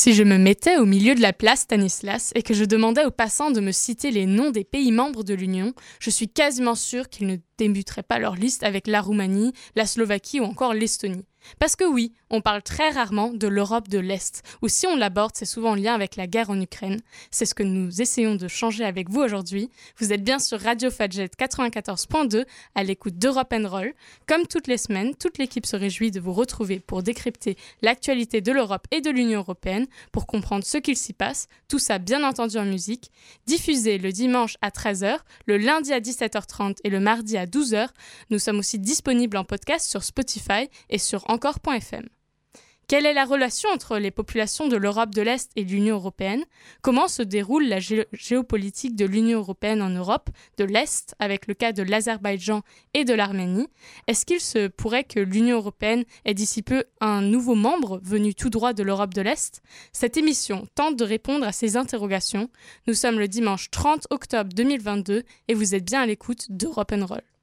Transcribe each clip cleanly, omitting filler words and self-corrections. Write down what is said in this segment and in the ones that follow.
Si je me mettais au milieu de la place Stanislas et que je demandais aux passants de me citer les noms des pays membres de l'Union, je suis quasiment sûre qu'ils ne débuteraient pas leur liste avec la Roumanie, la Slovaquie ou encore l'Estonie. Parce que oui, on parle très rarement de l'Europe de l'Est, ou si on l'aborde, c'est souvent en lien avec la guerre en Ukraine. C'est ce que nous essayons de changer avec vous aujourd'hui. Vous êtes bien sur Radio Fadjet 94.2 à l'écoute d'Europe & Roll. Comme toutes les semaines, toute l'équipe se réjouit de vous retrouver pour décrypter l'actualité de l'Europe et de l'Union européenne, pour comprendre ce qu'il s'y passe, tout ça bien entendu en musique. Diffusé le dimanche à 13h, le lundi à 17h30 et le mardi à 12h, nous sommes aussi disponibles en podcast sur Spotify et sur encore.fm. Quelle est la relation entre les populations de l'Europe de l'Est et de l'Union européenne ? Comment se déroule la géopolitique de l'Union européenne en Europe de l'Est, avec le cas de l'Azerbaïdjan et de l'Arménie ? Est-ce qu'il se pourrait que l'Union européenne ait d'ici peu un nouveau membre venu tout droit de l'Europe de l'Est ? Cette émission tente de répondre à ces interrogations. Nous sommes le dimanche 30 octobre 2022 et vous êtes bien à l'écoute d'Europe & Roll.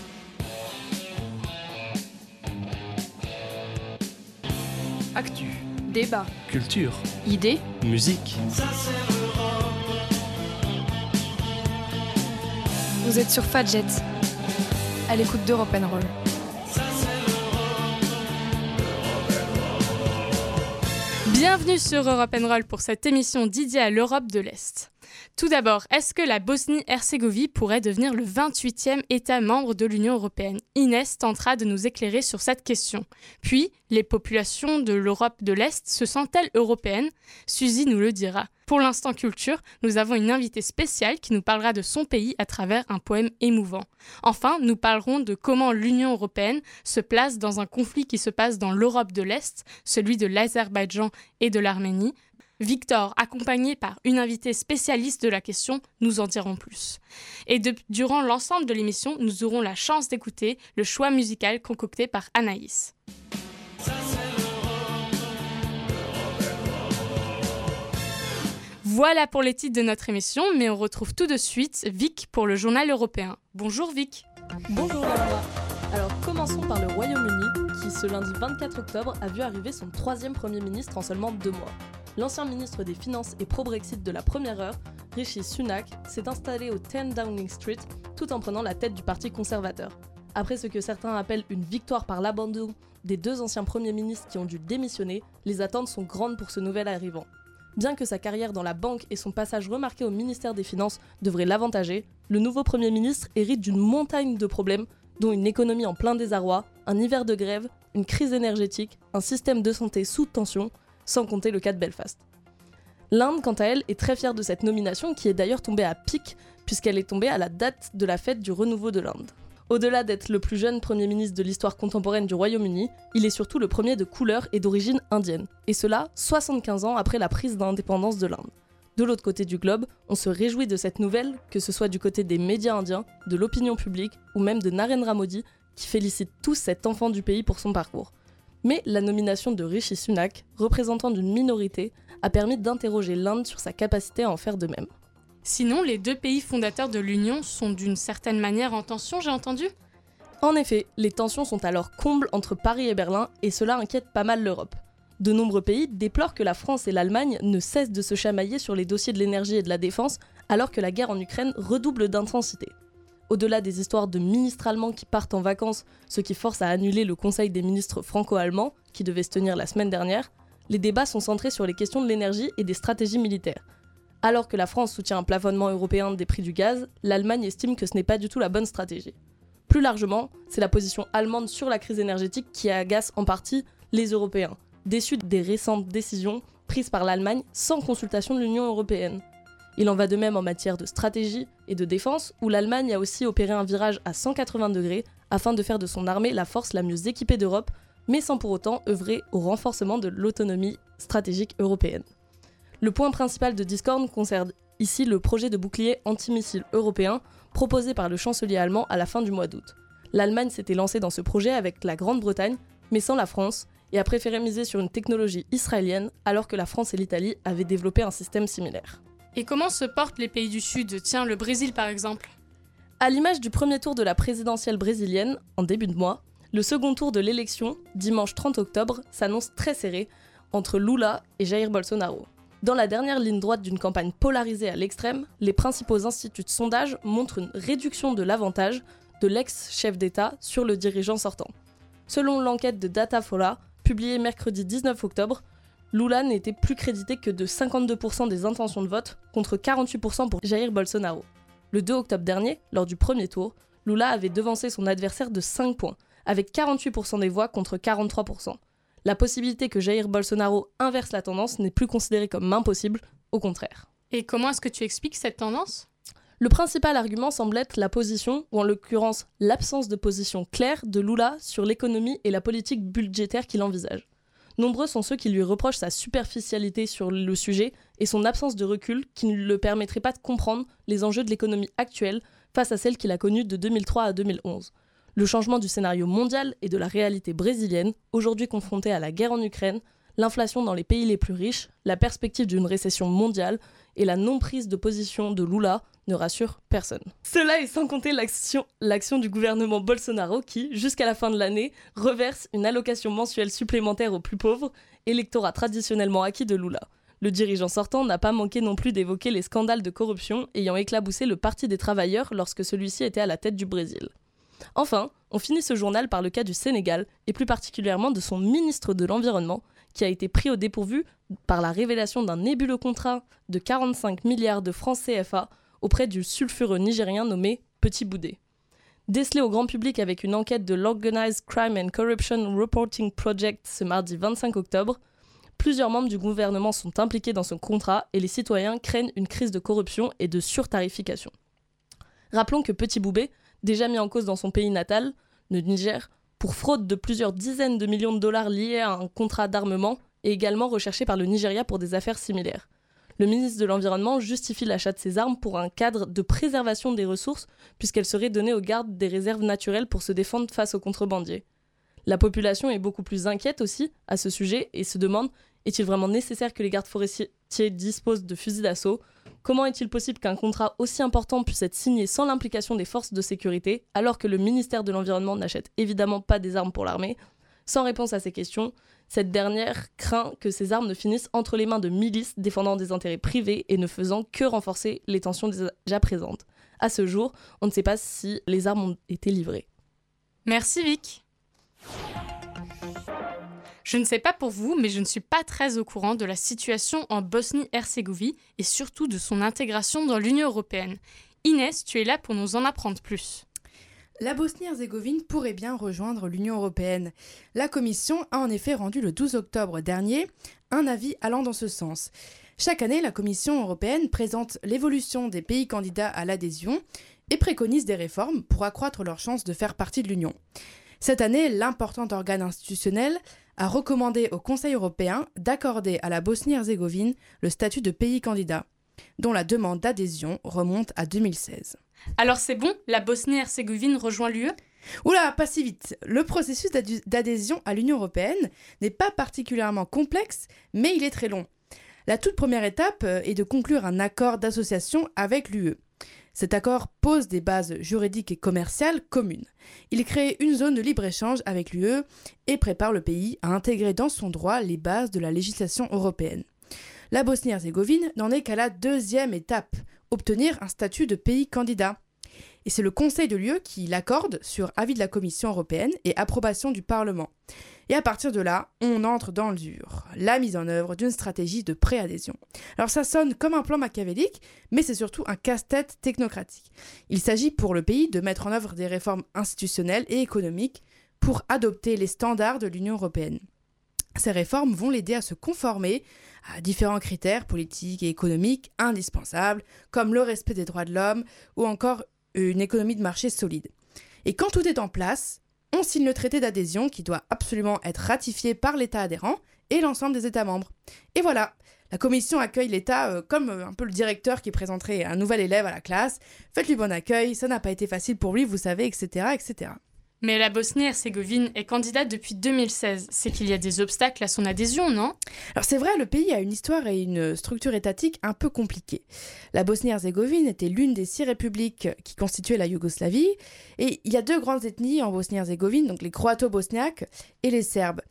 Actu, débat, culture, idées, musique. Vous êtes sur Fadjet, à l'écoute d'Europe & Roll. Bienvenue sur Europe & Roll pour cette émission dédiée à l'Europe de l'Est. Tout d'abord, est-ce que la Bosnie-Herzégovine pourrait devenir le 28e État membre de l'Union européenne ? Inès tentera de nous éclairer sur cette question. Puis, les populations de l'Europe de l'Est se sentent-elles européennes ? Suzy nous le dira. Pour l'instant culture, nous avons une invitée spéciale qui nous parlera de son pays à travers un poème émouvant. Enfin, nous parlerons de comment l'Union européenne se place dans un conflit qui se passe dans l'Europe de l'Est, celui de l'Azerbaïdjan et de l'Arménie. Victor, accompagné par une invitée spécialiste de la question, nous en dirons plus. Et durant l'ensemble de l'émission, nous aurons la chance d'écouter le choix musical concocté par Anaïs. Voilà pour les titres de notre émission, mais on retrouve tout de suite Vic pour le journal européen. Bonjour Vic. Bonjour Laura. Alors commençons par le Royaume-Uni, qui ce lundi 24 octobre a vu arriver son 3e Premier ministre en seulement 2 mois. L'ancien ministre des Finances et pro-Brexit de la première heure, Rishi Sunak, s'est installé au 10 Downing Street tout en prenant la tête du parti conservateur. Après ce que certains appellent une victoire par l'abandon des 2 anciens premiers ministres qui ont dû démissionner, les attentes sont grandes pour ce nouvel arrivant. Bien que sa carrière dans la banque et son passage remarqué au ministère des Finances devraient l'avantager, le nouveau Premier ministre hérite d'une montagne de problèmes, dont une économie en plein désarroi, un hiver de grève, une crise énergétique, un système de santé sous tension, sans compter le cas de Belfast. L'Inde, quant à elle, est très fière de cette nomination qui est d'ailleurs tombée à pic, puisqu'elle est tombée à la date de la fête du renouveau de l'Inde. Au-delà d'être le plus jeune Premier ministre de l'histoire contemporaine du Royaume-Uni, il est surtout le premier de couleur et d'origine indienne, et cela 75 ans après la prise d'indépendance de l'Inde. De l'autre côté du globe, on se réjouit de cette nouvelle, que ce soit du côté des médias indiens, de l'opinion publique ou même de Narendra Modi, qui félicite tous cet enfant du pays pour son parcours. Mais la nomination de Rishi Sunak, représentant d'une minorité, a permis d'interroger l'Inde sur sa capacité à en faire de même. Sinon, les 2 pays fondateurs de l'Union sont d'une certaine manière en tension, j'ai entendu ? En effet, les tensions sont à leur comble entre Paris et Berlin, et cela inquiète pas mal l'Europe. De nombreux pays déplorent que la France et l'Allemagne ne cessent de se chamailler sur les dossiers de l'énergie et de la défense, alors que la guerre en Ukraine redouble d'intensité. Au-delà des histoires de ministres allemands qui partent en vacances, ce qui force à annuler le Conseil des ministres franco-allemands, qui devait se tenir la semaine dernière, les débats sont centrés sur les questions de l'énergie et des stratégies militaires. Alors que la France soutient un plafonnement européen des prix du gaz, l'Allemagne estime que ce n'est pas du tout la bonne stratégie. Plus largement, c'est la position allemande sur la crise énergétique qui agace en partie les Européens, déçus des récentes décisions prises par l'Allemagne sans consultation de l'Union européenne. Il en va de même en matière de stratégie et de défense, où l'Allemagne a aussi opéré un virage à 180 degrés afin de faire de son armée la force la mieux équipée d'Europe, mais sans pour autant œuvrer au renforcement de l'autonomie stratégique européenne. Le point principal de discorde concerne ici le projet de bouclier antimissile européen proposé par le chancelier allemand à la fin du mois d'août. L'Allemagne s'était lancée dans ce projet avec la Grande-Bretagne, mais sans la France, et a préféré miser sur une technologie israélienne, alors que la France et l'Italie avaient développé un système similaire. Et comment se portent les pays du Sud ? Tiens, le Brésil par exemple. À l'image du premier tour de la présidentielle brésilienne, en début de mois, le second tour de l'élection, dimanche 30 octobre, s'annonce très serré, entre Lula et Jair Bolsonaro. Dans la dernière ligne droite d'une campagne polarisée à l'extrême, les principaux instituts de sondage montrent une réduction de l'avantage de l'ex-chef d'État sur le dirigeant sortant. Selon l'enquête de Datafolha, publiée mercredi 19 octobre, Lula n'était plus crédité que de 52% des intentions de vote contre 48% pour Jair Bolsonaro. Le 2 octobre dernier, lors du premier tour, Lula avait devancé son adversaire de 5 points, avec 48% des voix contre 43%. La possibilité que Jair Bolsonaro inverse la tendance n'est plus considérée comme impossible, au contraire. Et comment est-ce que tu expliques cette tendance ? Le principal argument semble être la position, ou en l'occurrence l'absence de position claire de Lula sur l'économie et la politique budgétaire qu'il envisage. Nombreux sont ceux qui lui reprochent sa superficialité sur le sujet et son absence de recul qui ne le permettrait pas de comprendre les enjeux de l'économie actuelle face à celle qu'il a connue de 2003 à 2011. Le changement du scénario mondial et de la réalité brésilienne, aujourd'hui confrontée à la guerre en Ukraine, l'inflation dans les pays les plus riches, la perspective d'une récession mondiale et la non-prise de position de Lula ne rassurent personne. Cela est sans compter l'action du gouvernement Bolsonaro qui, jusqu'à la fin de l'année, reverse une allocation mensuelle supplémentaire aux plus pauvres, électorat traditionnellement acquis de Lula. Le dirigeant sortant n'a pas manqué non plus d'évoquer les scandales de corruption ayant éclaboussé le Parti des travailleurs lorsque celui-ci était à la tête du Brésil. Enfin, on finit ce journal par le cas du Sénégal, et plus particulièrement de son ministre de l'Environnement, qui a été pris au dépourvu par la révélation d'un nébuleux contrat de 45 milliards de francs CFA auprès du sulfureux nigérien nommé Petit Boudé. Décelé au grand public avec une enquête de l'Organized Crime and Corruption Reporting Project ce mardi 25 octobre, plusieurs membres du gouvernement sont impliqués dans ce contrat et les citoyens craignent une crise de corruption et de surtarification. Rappelons que Petit Boubé, déjà mis en cause dans son pays natal, le Niger, pour fraude de plusieurs dizaines de millions de dollars liés à un contrat d'armement, est également recherché par le Nigeria pour des affaires similaires. Le ministre de l'Environnement justifie l'achat de ces armes pour un cadre de préservation des ressources, puisqu'elles seraient données aux gardes des réserves naturelles pour se défendre face aux contrebandiers. La population est beaucoup plus inquiète aussi à ce sujet et se demande « est-il vraiment nécessaire que les gardes forestiers disposent de fusils d'assaut ? Comment est-il possible qu'un contrat aussi important puisse être signé sans l'implication des forces de sécurité, alors que le ministère de l'Environnement n'achète évidemment pas des armes pour l'armée ? Sans réponse à ces questions, cette dernière craint que ces armes ne finissent entre les mains de milices défendant des intérêts privés et ne faisant que renforcer les tensions déjà présentes. À ce jour, on ne sait pas si les armes ont été livrées. Merci Vic. Je ne sais pas pour vous, mais je ne suis pas très au courant de la situation en Bosnie-Herzégovine et surtout de son intégration dans l'Union européenne. Inès, tu es là pour nous en apprendre plus. La Bosnie-Herzégovine pourrait bien rejoindre l'Union européenne. La Commission a en effet rendu le 12 octobre dernier un avis allant dans ce sens. Chaque année, la Commission européenne présente l'évolution des pays candidats à l'adhésion et préconise des réformes pour accroître leurs chances de faire partie de l'Union. Cette année, l'important organe institutionnel a recommandé au Conseil européen d'accorder à la Bosnie-Herzégovine le statut de pays candidat, dont la demande d'adhésion remonte à 2016. Alors c'est bon, la Bosnie-Herzégovine rejoint l'UE ? Oula, pas si vite. Le processus d'adhésion à l'Union européenne n'est pas particulièrement complexe, mais il est très long. La toute première étape est de conclure un accord d'association avec l'UE. Cet accord pose des bases juridiques et commerciales communes. Il crée une zone de libre-échange avec l'UE et prépare le pays à intégrer dans son droit les bases de la législation européenne. La Bosnie-Herzégovine n'en est qu'à la deuxième étape, obtenir un statut de pays candidat. Et c'est le Conseil de l'UE qui l'accorde sur avis de la Commission européenne et approbation du Parlement. Et à partir de là, on entre dans le dur, la mise en œuvre d'une stratégie de préadhésion. Alors ça sonne comme un plan machiavélique, mais c'est surtout un casse-tête technocratique. Il s'agit pour le pays de mettre en œuvre des réformes institutionnelles et économiques pour adopter les standards de l'Union européenne. Ces réformes vont l'aider à se conformer à différents critères politiques et économiques indispensables, comme le respect des droits de l'homme ou encore une économie de marché solide. Et quand tout est en place, on signe le traité d'adhésion qui doit absolument être ratifié par l'État adhérent et l'ensemble des États membres. Et voilà, la Commission accueille l'État comme un peu le directeur qui présenterait un nouvel élève à la classe. Faites-lui bon accueil, ça n'a pas été facile pour lui, vous savez, etc., etc. Mais la Bosnie-Herzégovine est candidate depuis 2016. C'est qu'il y a des obstacles à son adhésion, non ? Alors c'est vrai, le pays a une histoire et une structure étatique un peu compliquées. La Bosnie-Herzégovine était l'une des 6 républiques qui constituaient la Yougoslavie. Et il y a 2 grandes ethnies en Bosnie-Herzégovine, donc les croato-bosniaques et les Serbes.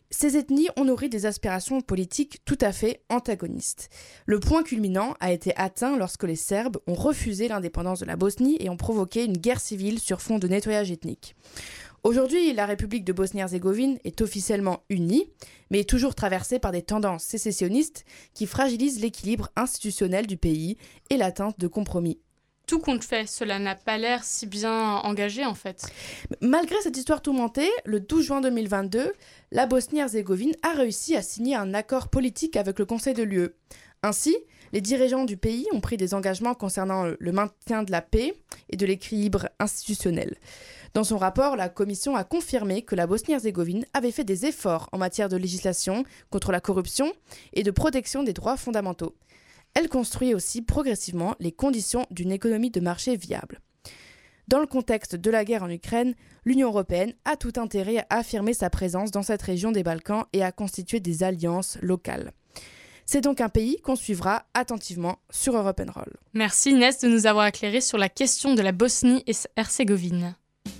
Ces ethnies ont nourri des aspirations politiques tout à fait antagonistes. Le point culminant a été atteint lorsque les Serbes ont refusé l'indépendance de la Bosnie et ont provoqué une guerre civile sur fond de nettoyage ethnique. Aujourd'hui, la République de Bosnie-Herzégovine est officiellement unie, mais est toujours traversée par des tendances sécessionnistes qui fragilisent l'équilibre institutionnel du pays et l'atteinte de compromis. Tout compte fait, cela n'a pas l'air si bien engagé en fait. Malgré cette histoire tourmentée, le 12 juin 2022, la Bosnie-Herzégovine a réussi à signer un accord politique avec le Conseil de l'UE. Ainsi, les dirigeants du pays ont pris des engagements concernant le maintien de la paix et de l'équilibre institutionnel. Dans son rapport, la Commission a confirmé que la Bosnie-Herzégovine avait fait des efforts en matière de législation contre la corruption et de protection des droits fondamentaux. Elle construit aussi progressivement les conditions d'une économie de marché viable. Dans le contexte de la guerre en Ukraine, l'Union européenne a tout intérêt à affirmer sa présence dans cette région des Balkans et à constituer des alliances locales. C'est donc un pays qu'on suivra attentivement sur Europe & Roll. Merci Inès de nous avoir éclairé sur la question de la Bosnie-Herzégovine.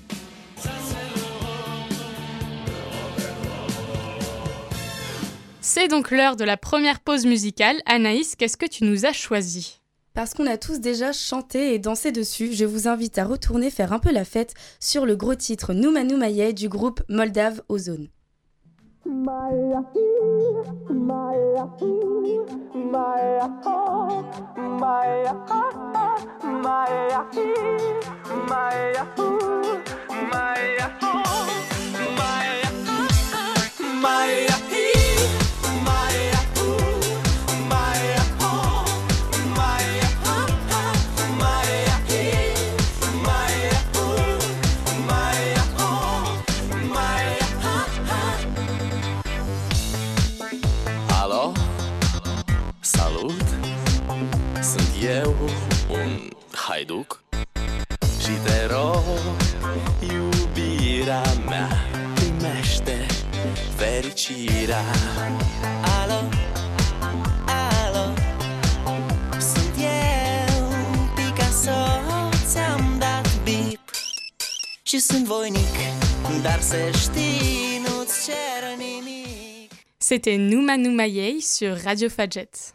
C'est donc l'heure de la première pause musicale. Anaïs, qu'est-ce que tu nous as choisi ? Parce qu'on a tous déjà chanté et dansé dessus, je vous invite à retourner faire un peu la fête sur le gros titre Numa Numaye du groupe Moldave Ozone. Haiduc și te rog, iubirea mea, primește fericirea. Alo, alo, sunt eu, Picasso, ți-am dat bip și sunt voinic, dar să știi, nu-ți cer nimic. C'était Numa Numaye sur Radio Fadjet.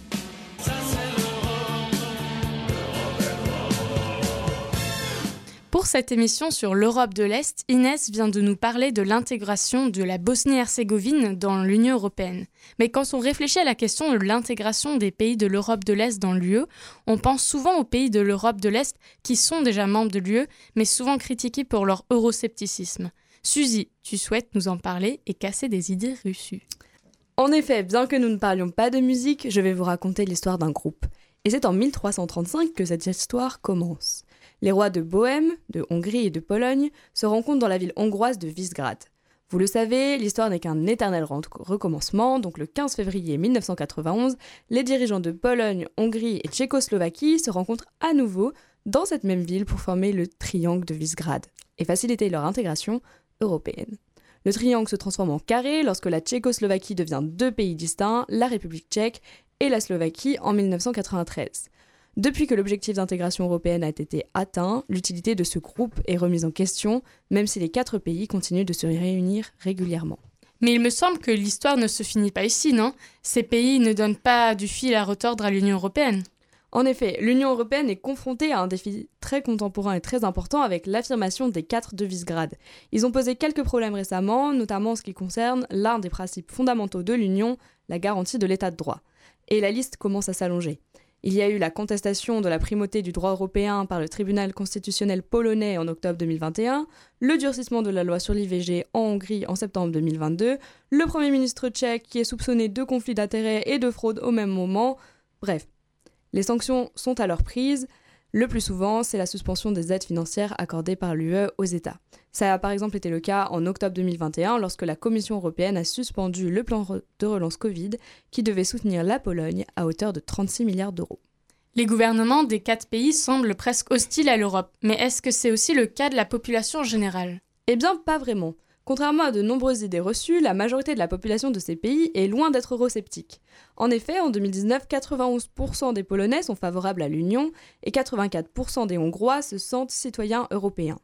Pour cette émission sur l'Europe de l'Est, Inès vient de nous parler de l'intégration de la Bosnie-Herzégovine dans l'Union européenne. Mais quand on réfléchit à la question de l'intégration des pays de l'Europe de l'Est dans l'UE, on pense souvent aux pays de l'Europe de l'Est qui sont déjà membres de l'UE, mais souvent critiqués pour leur euroscepticisme. Suzy, tu souhaites nous en parler et casser des idées reçues. En effet, bien que nous ne parlions pas de musique, je vais vous raconter l'histoire d'un groupe. Et c'est en 1335 que cette histoire commence. Les rois de Bohême, de Hongrie et de Pologne se rencontrent dans la ville hongroise de Visegrad. Vous le savez, l'histoire n'est qu'un éternel recommencement, donc le 15 février 1991, les dirigeants de Pologne, Hongrie et Tchécoslovaquie se rencontrent à nouveau dans cette même ville pour former le triangle de Visegrad et faciliter leur intégration européenne. Le triangle se transforme en carré lorsque la Tchécoslovaquie devient deux pays distincts, la République tchèque et la Slovaquie en 1993. Depuis que l'objectif d'intégration européenne a été atteint, l'utilité de ce groupe est remise en question, même si les 4 pays continuent de se réunir régulièrement. Mais il me semble que l'histoire ne se finit pas ici, non ? Ces pays ne donnent pas du fil à retordre à l'Union européenne. En effet, l'Union européenne est confrontée à un défi très contemporain et très important avec l'affirmation des 4 de Visegrad. Ils ont posé quelques problèmes récemment, notamment en ce qui concerne l'un des principes fondamentaux de l'Union, la garantie de l'état de droit. Et la liste commence à s'allonger. Il y a eu la contestation de la primauté du droit européen par le tribunal constitutionnel polonais en octobre 2021, le durcissement de la loi sur l'IVG en Hongrie en septembre 2022, le Premier ministre tchèque qui est soupçonné de conflits d'intérêts et de fraude au même moment. Bref, les sanctions sont à leur prise. Le plus souvent, c'est la suspension des aides financières accordées par l'UE aux États. Ça a par exemple été le cas en octobre 2021 lorsque la Commission européenne a suspendu le plan de relance Covid qui devait soutenir la Pologne à hauteur de 36 milliards d'euros. Les gouvernements des 4 pays semblent presque hostiles à l'Europe, mais est-ce que c'est aussi le cas de la population en général ? Eh bien, pas vraiment. Contrairement à de nombreuses idées reçues, la majorité de la population de ces pays est loin d'être eurosceptique. En effet, en 2019, 91% des Polonais sont favorables à l'Union et 84% des Hongrois se sentent citoyens européens.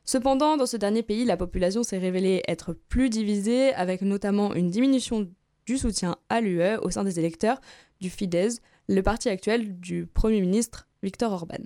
Cependant, dans ce dernier pays, la population s'est révélée être plus divisée, avec notamment une diminution du soutien à l'UE au sein des électeurs du Fidesz, le parti actuel du Premier ministre Viktor Orban.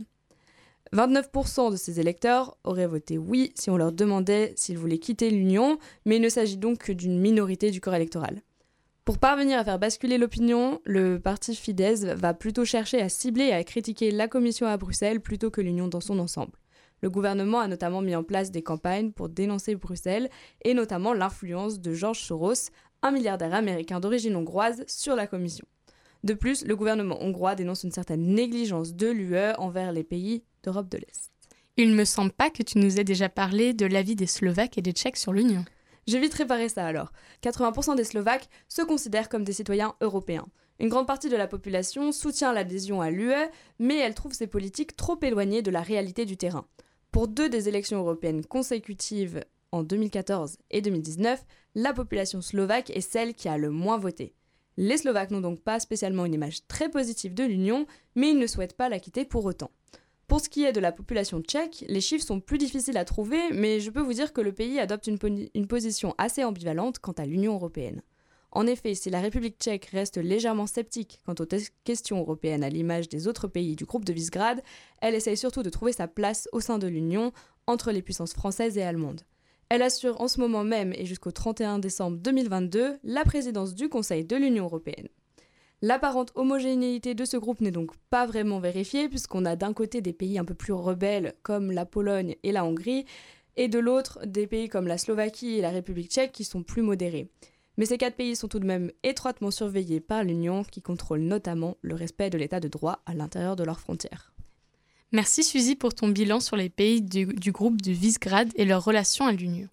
29% de ces électeurs auraient voté oui si on leur demandait s'ils voulaient quitter l'Union, mais il ne s'agit donc que d'une minorité du corps électoral. Pour parvenir à faire basculer l'opinion, le parti Fidesz va plutôt chercher à cibler et à critiquer la Commission à Bruxelles plutôt que l'Union dans son ensemble. Le gouvernement a notamment mis en place des campagnes pour dénoncer Bruxelles et notamment l'influence de George Soros, un milliardaire américain d'origine hongroise, sur la Commission. De plus, le gouvernement hongrois dénonce une certaine négligence de l'UE envers les pays d'Europe de l'Est. Il ne me semble pas que tu nous aies déjà parlé de l'avis des Slovaques et des Tchèques sur l'Union. J'ai vite réparé ça alors. 80% des Slovaques se considèrent comme des citoyens européens. Une grande partie de la population soutient l'adhésion à l'UE, mais elle trouve ces politiques trop éloignées de la réalité du terrain. Pour 2 des élections européennes consécutives en 2014 et 2019, la population slovaque est celle qui a le moins voté. Les Slovaques n'ont donc pas spécialement une image très positive de l'Union, mais ils ne souhaitent pas la quitter pour autant. Pour ce qui est de la population tchèque, les chiffres sont plus difficiles à trouver, mais je peux vous dire que le pays adopte une position assez ambivalente quant à l'Union européenne. En effet, si la République tchèque reste légèrement sceptique quant aux questions européennes à l'image des autres pays du groupe de Visegrad, elle essaye surtout de trouver sa place au sein de l'Union entre les puissances françaises et allemandes. Elle assure en ce moment même et jusqu'au 31 décembre 2022 la présidence du Conseil de l'Union européenne. L'apparente homogénéité de ce groupe n'est donc pas vraiment vérifiée puisqu'on a d'un côté des pays un peu plus rebelles comme la Pologne et la Hongrie et de l'autre des pays comme la Slovaquie et la République tchèque qui sont plus modérés. Mais ces 4 pays sont tout de même étroitement surveillés par l'Union qui contrôle notamment le respect de l'état de droit à l'intérieur de leurs frontières. Merci Suzy pour ton bilan sur les pays du groupe de Visegrad et leur relation à l'Union.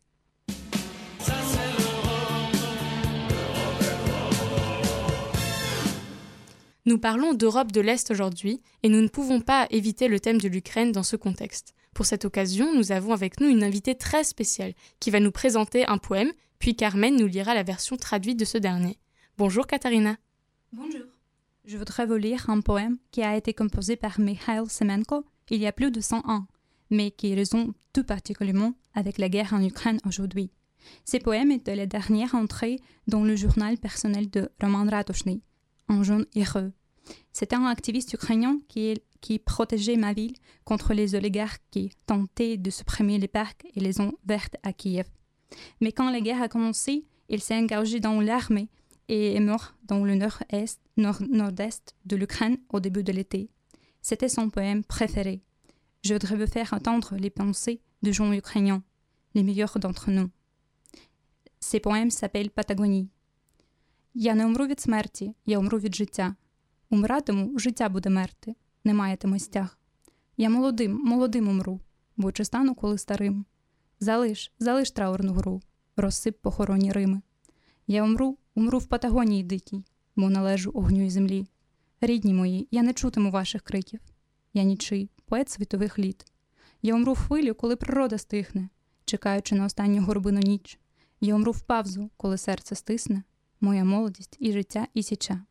Nous parlons d'Europe de l'Est aujourd'hui et nous ne pouvons pas éviter le thème de l'Ukraine dans ce contexte. Pour cette occasion, nous avons avec nous une invitée très spéciale qui va nous présenter un poème, puis Carmen nous lira la version traduite de ce dernier. Bonjour Katarina. Bonjour. Je voudrais vous lire un poème qui a été composé par Mikhail Semenko il y a plus de 100 ans, mais qui résonne tout particulièrement avec la guerre en Ukraine aujourd'hui. Ce poème est de la dernière entrée dans le journal personnel de Roman Ratushny, un jeune heureux. C'était un activiste ukrainien qui protégeait ma ville contre les oligarques qui tentaient de supprimer les parcs et les zones vertes à Kiev. Mais quand la guerre a commencé, il s'est engagé dans l'armée et est mort dans le nord-est de l'Ukraine au début de l'été. C'était son poème préféré. Je voudrais vous faire entendre les pensées de gens ukrainiens, les meilleurs d'entre nous. Ces poèmes s'appellent Патагонії. Я не умру від смерті, я умру від життя. Умиратиму, життя буде мерти, не маєтиме стяг. Я молодим умру, бо чи стану коли старим. Залиш траурну гру, розсип похоронні Рими. Я умру в Патагонії дикій, бо належу огню й землі. Рідні мої, я не чутиму ваших криків. Я нічий, поет світових літ. Я умру в хвилю, коли природа стихне, чекаючи на останню горбину ніч. Я умру в павзу, коли серце стисне, моя молодість і життя і січа.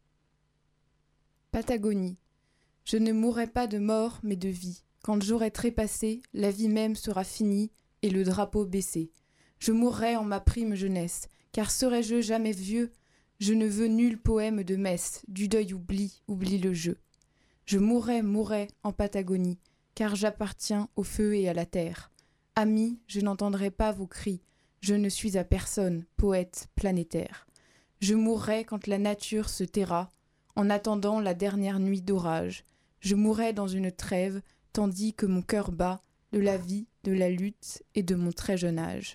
Patagonie. Je ne mourrai pas de mort, mais de vie. Quand j'aurai trépassé, la vie même sera finie et le drapeau baissé. Je mourrai en ma prime jeunesse, car serai-je jamais vieux? Je ne veux nul poème de messe, du deuil oublie le jeu. Je mourrai en Patagonie, car j'appartiens au feu et à la terre. Amis, je n'entendrai pas vos cris, je ne suis à personne, poète planétaire. Je mourrai quand la nature se taira, en attendant la dernière nuit d'orage. Je mourrai dans une trêve, tandis que mon cœur bat de la vie, de la lutte et de mon très jeune âge.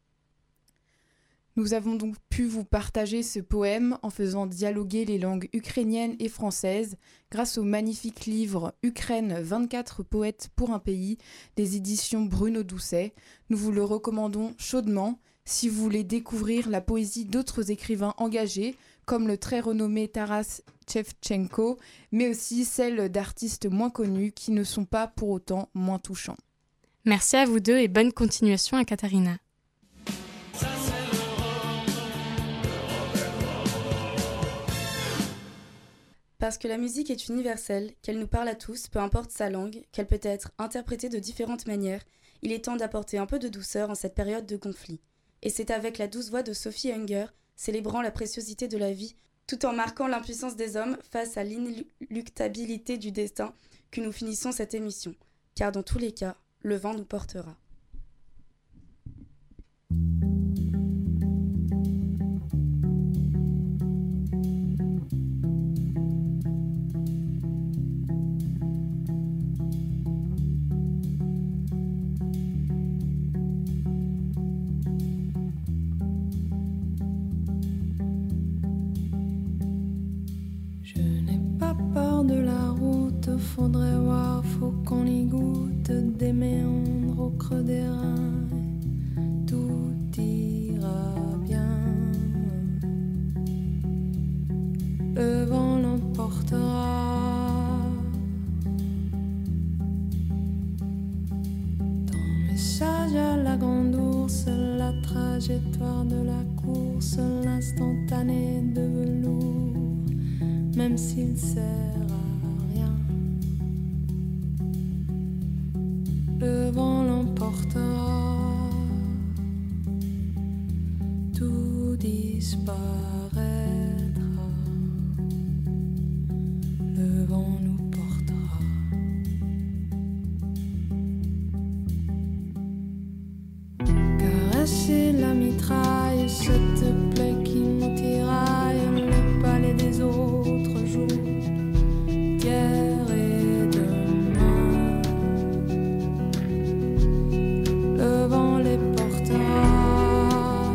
Nous avons donc pu vous partager ce poème en faisant dialoguer les langues ukrainiennes et françaises grâce au magnifique livre Ukraine 24 poètes pour un pays des éditions Bruno Doucet. Nous vous le recommandons chaudement si vous voulez découvrir la poésie d'autres écrivains engagés comme le très renommé Taras Shevchenko, mais aussi celle d'artistes moins connus qui ne sont pas pour autant moins touchants. Merci à vous deux et bonne continuation à Katarina. Parce que la musique est universelle, qu'elle nous parle à tous, peu importe sa langue, qu'elle peut être interprétée de différentes manières Il est temps d'apporter un peu de douceur en cette période de conflit. Et c'est avec la douce voix de Sophie Hunger, célébrant la préciosité de la vie, tout en marquant l'impuissance des hommes face à l'inéluctabilité du destin, que nous finissons cette émission. Car dans tous les cas, le vent nous portera. Faudrait voir, faut qu'on y goûte des méandres au creux des reins. Tout ira bien. Le vent l'emportera. Ton message à la grande ours, la trajectoire de la course, l'instantané de velours, même s'il sert à rien. Le vent l'emportera, tout disparaîtra. Le vent nous portera. Caresser la mitraille, cette plaie qui nous tiraille, le palais des autres jours, hier et demain. Le vent les portera.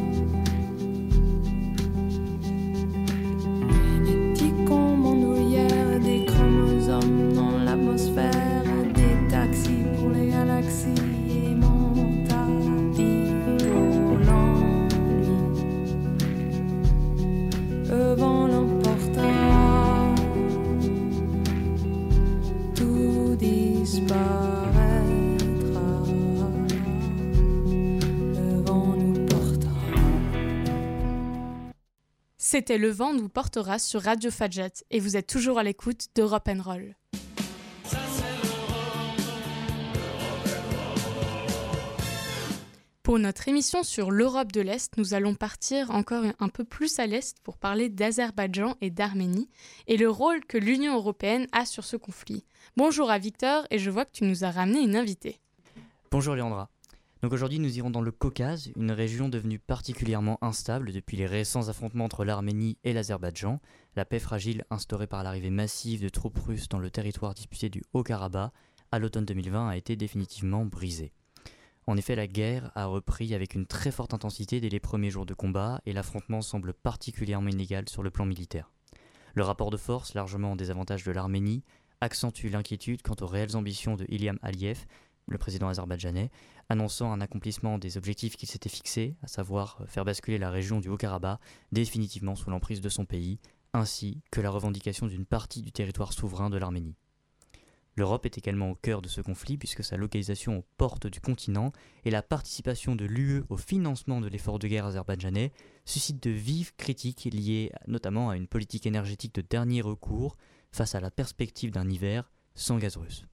Génétique en bandoulière, des chromosomes dans l'atmosphère, des taxis pour les galaxies aimant ta vie au l'ennui. Le vent l'emportera, tout disparaîtra. C'était Le vent nous portera sur Radio Fadjet et vous êtes toujours à l'écoute de Rock 'n' Roll. Pour notre émission sur l'Europe de l'Est, nous allons partir encore un peu plus à l'Est pour parler d'Azerbaïdjan et d'Arménie et le rôle que l'Union européenne a sur ce conflit. Bonjour à Victor et je vois que tu nous as ramené une invitée. Bonjour Léandra. Donc aujourd'hui nous irons dans le Caucase, une région devenue particulièrement instable depuis les récents affrontements entre l'Arménie et l'Azerbaïdjan. La paix fragile instaurée par l'arrivée massive de troupes russes dans le territoire disputé du Haut-Karabakh à l'automne 2020 a été définitivement brisée. En effet, la guerre a repris avec une très forte intensité dès les premiers jours de combat et l'affrontement semble particulièrement inégal sur le plan militaire. Le rapport de force, largement en désavantage de l'Arménie, accentue l'inquiétude quant aux réelles ambitions de Ilham Aliyev, le président azerbaïdjanais, annonçant un accomplissement des objectifs qu'il s'était fixés, à savoir faire basculer la région du Haut-Karabakh définitivement sous l'emprise de son pays, ainsi que la revendication d'une partie du territoire souverain de l'Arménie. L'Europe est également au cœur de ce conflit puisque sa localisation aux portes du continent et la participation de l'UE au financement de l'effort de guerre azerbaïdjanais suscitent de vives critiques liées notamment à une politique énergétique de dernier recours face à la perspective d'un hiver sans gaz russe.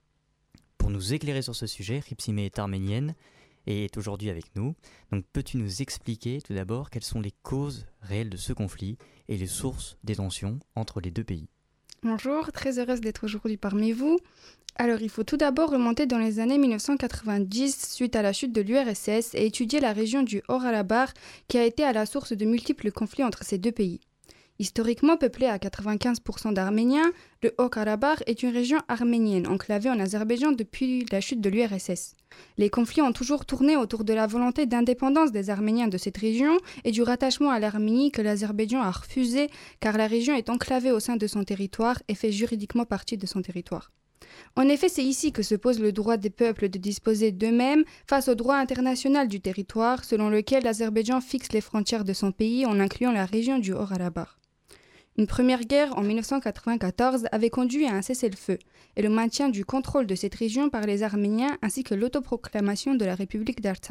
Pour nous éclairer sur ce sujet, Ripsime est arménienne et est aujourd'hui avec nous. Donc peux-tu nous expliquer tout d'abord quelles sont les causes réelles de ce conflit et les sources des tensions entre les deux pays ? Bonjour, très heureuse d'être aujourd'hui parmi vous. Alors il faut tout d'abord remonter dans les années 1990 suite à la chute de l'URSS et étudier la région du Haut-Karabakh qui a été à la source de multiples conflits entre ces deux pays. Historiquement peuplé à 95% d'Arméniens, le Haut-Karabakh est une région arménienne enclavée en Azerbaïdjan depuis la chute de l'URSS. Les conflits ont toujours tourné autour de la volonté d'indépendance des Arméniens de cette région et du rattachement à l'Arménie que l'Azerbaïdjan a refusé car la région est enclavée au sein de son territoire et fait juridiquement partie de son territoire. En effet, c'est ici que se pose le droit des peuples de disposer d'eux-mêmes face au droit international du territoire selon lequel l'Azerbaïdjan fixe les frontières de son pays en incluant la région du Haut-Karabakh. Une première guerre en 1994 avait conduit à un cessez-le-feu et le maintien du contrôle de cette région par les Arméniens ainsi que l'autoproclamation de la République d'Artsakh.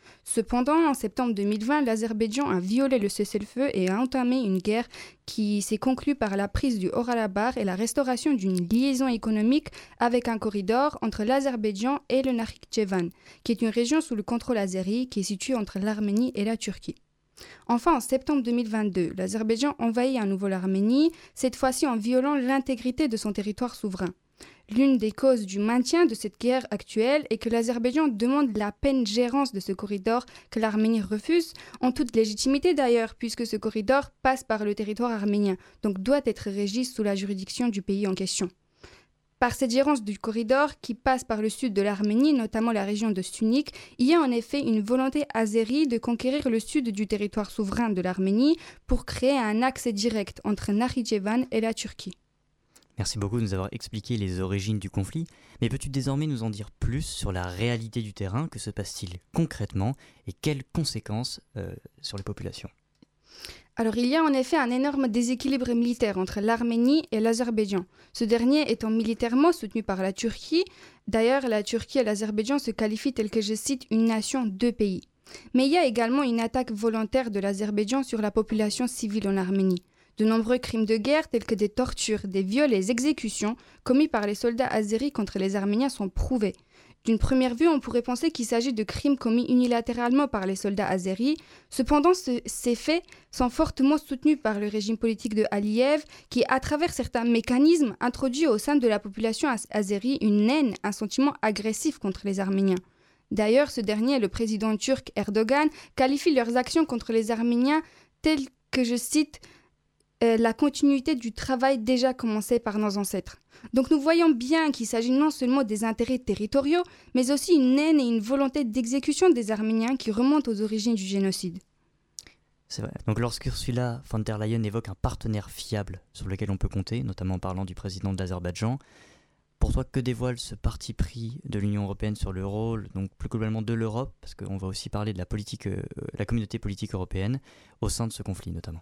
Cependant, en septembre 2020, l'Azerbaïdjan a violé le cessez-le-feu et a entamé une guerre qui s'est conclue par la prise du Haut-Karabakh et la restauration d'une liaison économique avec un corridor entre l'Azerbaïdjan et le Nakhitchevan, qui est une région sous le contrôle azéri qui est située entre l'Arménie et la Turquie. Enfin, en septembre 2022, l'Azerbaïdjan envahit à nouveau l'Arménie, cette fois-ci en violant l'intégrité de son territoire souverain. L'une des causes du maintien de cette guerre actuelle est que l'Azerbaïdjan demande la pleine gérance de ce corridor que l'Arménie refuse, en toute légitimité d'ailleurs, puisque ce corridor passe par le territoire arménien, donc doit être régi sous la juridiction du pays en question. Par cette gérance du corridor qui passe par le sud de l'Arménie, notamment la région de Sunik, il y a en effet une volonté azérie de conquérir le sud du territoire souverain de l'Arménie pour créer un accès direct entre Nakhitchevan et la Turquie. Merci beaucoup de nous avoir expliqué les origines du conflit, mais peux-tu désormais nous en dire plus sur la réalité du terrain? Que se passe-t-il concrètement et quelles conséquences sur les populations? Alors il y a en effet un énorme déséquilibre militaire entre l'Arménie et l'Azerbaïdjan, ce dernier étant militairement soutenu par la Turquie. D'ailleurs, la Turquie et l'Azerbaïdjan se qualifient tel que je cite une nation, deux pays. Mais il y a également une attaque volontaire de l'Azerbaïdjan sur la population civile en Arménie. De nombreux crimes de guerre tels que des tortures, des viols et des exécutions commis par les soldats azéris contre les Arméniens sont prouvés. D'une première vue, on pourrait penser qu'il s'agit de crimes commis unilatéralement par les soldats azéris. Cependant, ces faits sont fortement soutenus par le régime politique de Aliyev qui, à travers certains mécanismes, introduit au sein de la population azérie une haine, un sentiment agressif contre les Arméniens. D'ailleurs, ce dernier, le président turc Erdogan, qualifie leurs actions contre les Arméniens telles que, je cite, la continuité du travail déjà commencé par nos ancêtres. Donc nous voyons bien qu'il s'agit non seulement des intérêts territoriaux, mais aussi une haine et une volonté d'exécution des Arméniens qui remontent aux origines du génocide. C'est vrai. Donc lorsqu'Ursula von der Leyen évoque un partenaire fiable sur lequel on peut compter, notamment en parlant du président de l'Azerbaïdjan, pour toi, que dévoile ce parti pris de l'Union européenne sur le rôle, donc plus globalement de l'Europe, parce qu'on va aussi parler de la communauté politique européenne au sein de ce conflit notamment?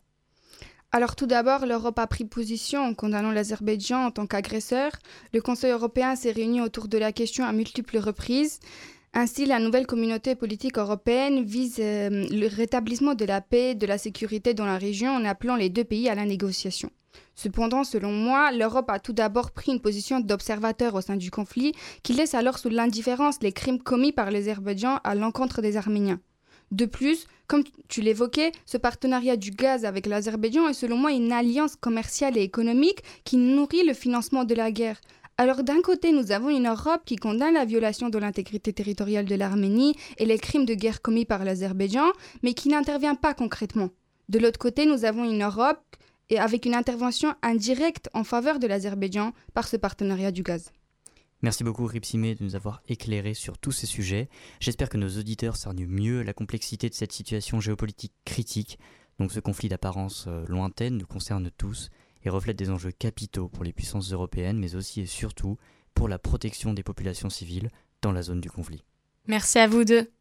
Alors tout d'abord, l'Europe a pris position en condamnant l'Azerbaïdjan en tant qu'agresseur. Le Conseil européen s'est réuni autour de la question à multiples reprises. Ainsi, la nouvelle communauté politique européenne vise le rétablissement de la paix et de la sécurité dans la région en appelant les deux pays à la négociation. Cependant, selon moi, l'Europe a tout d'abord pris une position d'observateur au sein du conflit qui laisse alors sous l'indifférence les crimes commis par l'Azerbaïdjan à l'encontre des Arméniens. De plus, comme tu l'évoquais, ce partenariat du gaz avec l'Azerbaïdjan est selon moi une alliance commerciale et économique qui nourrit le financement de la guerre. Alors d'un côté, nous avons une Europe qui condamne la violation de l'intégrité territoriale de l'Arménie et les crimes de guerre commis par l'Azerbaïdjan, mais qui n'intervient pas concrètement. De l'autre côté, nous avons une Europe avec une intervention indirecte en faveur de l'Azerbaïdjan par ce partenariat du gaz. Merci beaucoup Ripsimé de nous avoir éclairé sur tous ces sujets. J'espère que nos auditeurs cernent mieux la complexité de cette situation géopolitique critique. Donc ce conflit d'apparence lointaine nous concerne tous et reflète des enjeux capitaux pour les puissances européennes, mais aussi et surtout pour la protection des populations civiles dans la zone du conflit. Merci à vous deux.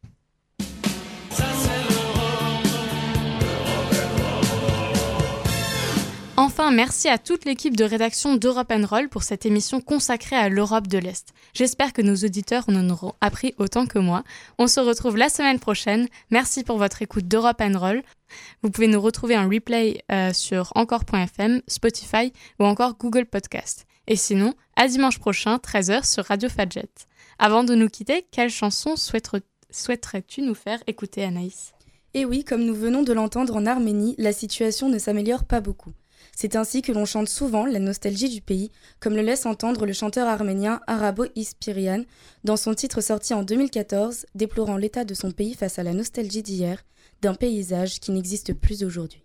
Enfin, merci à toute l'équipe de rédaction d'Europe & Roll pour cette émission consacrée à l'Europe de l'Est. J'espère que nos auditeurs en auront appris autant que moi. On se retrouve la semaine prochaine. Merci pour votre écoute d'Europe & Roll. Vous pouvez nous retrouver en replay sur encore.fm, Spotify ou encore Google Podcast. Et sinon, à dimanche prochain, 13h sur Radio Fadjet. Avant de nous quitter, quelle chanson souhaiterais-tu nous faire écouter, Anaïs ? Et oui, comme nous venons de l'entendre en Arménie, la situation ne s'améliore pas beaucoup. C'est ainsi que l'on chante souvent la nostalgie du pays, comme le laisse entendre le chanteur arménien Arabo Ispirian dans son titre sorti en 2014, déplorant l'état de son pays face à la nostalgie d'hier, d'un paysage qui n'existe plus aujourd'hui.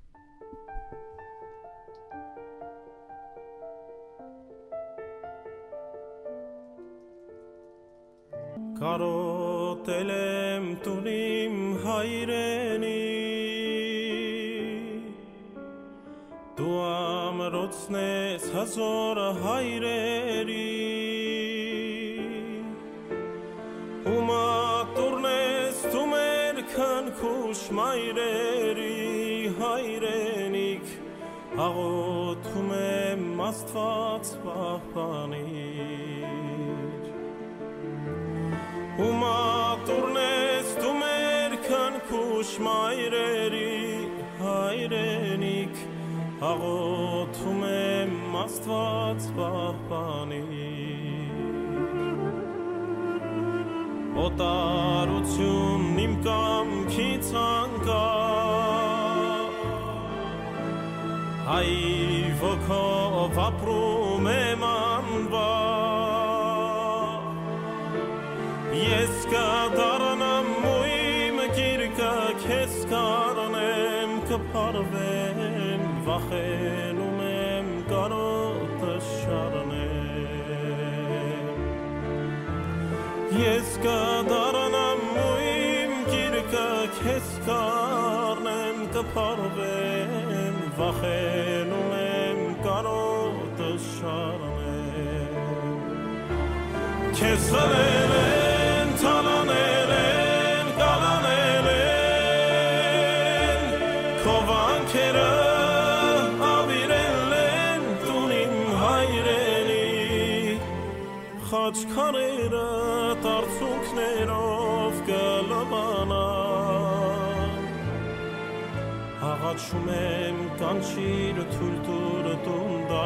دوام رتنس هزار هایری اوما تورنس تو مرکن کش مایری هایرنیک آقا تو مستفات بحبانیک اوما تورنس تو kush mayreri hayrenik Աղոթում եմ Աստված պահպանի Օտարություն իմ կամքից անկա Հայր ոգով ապրում եմ անվար Ես կդառնամ ու իմ գիրկը քեզ կանեմ կփարվեմ վախենում եմ կարոտը շարնեմ Ես կդառնամ ու իմ գիրկը քեզ կանեմ կփարվեմ վախենում եմ կարոտը շարնեմ Քեզ սրել են թալանել են կալանել են քո վանքերը Խաչքարերը տարցունքներով կլվանան Աղաչում եմ կանչիր թույլ տուրը տունդա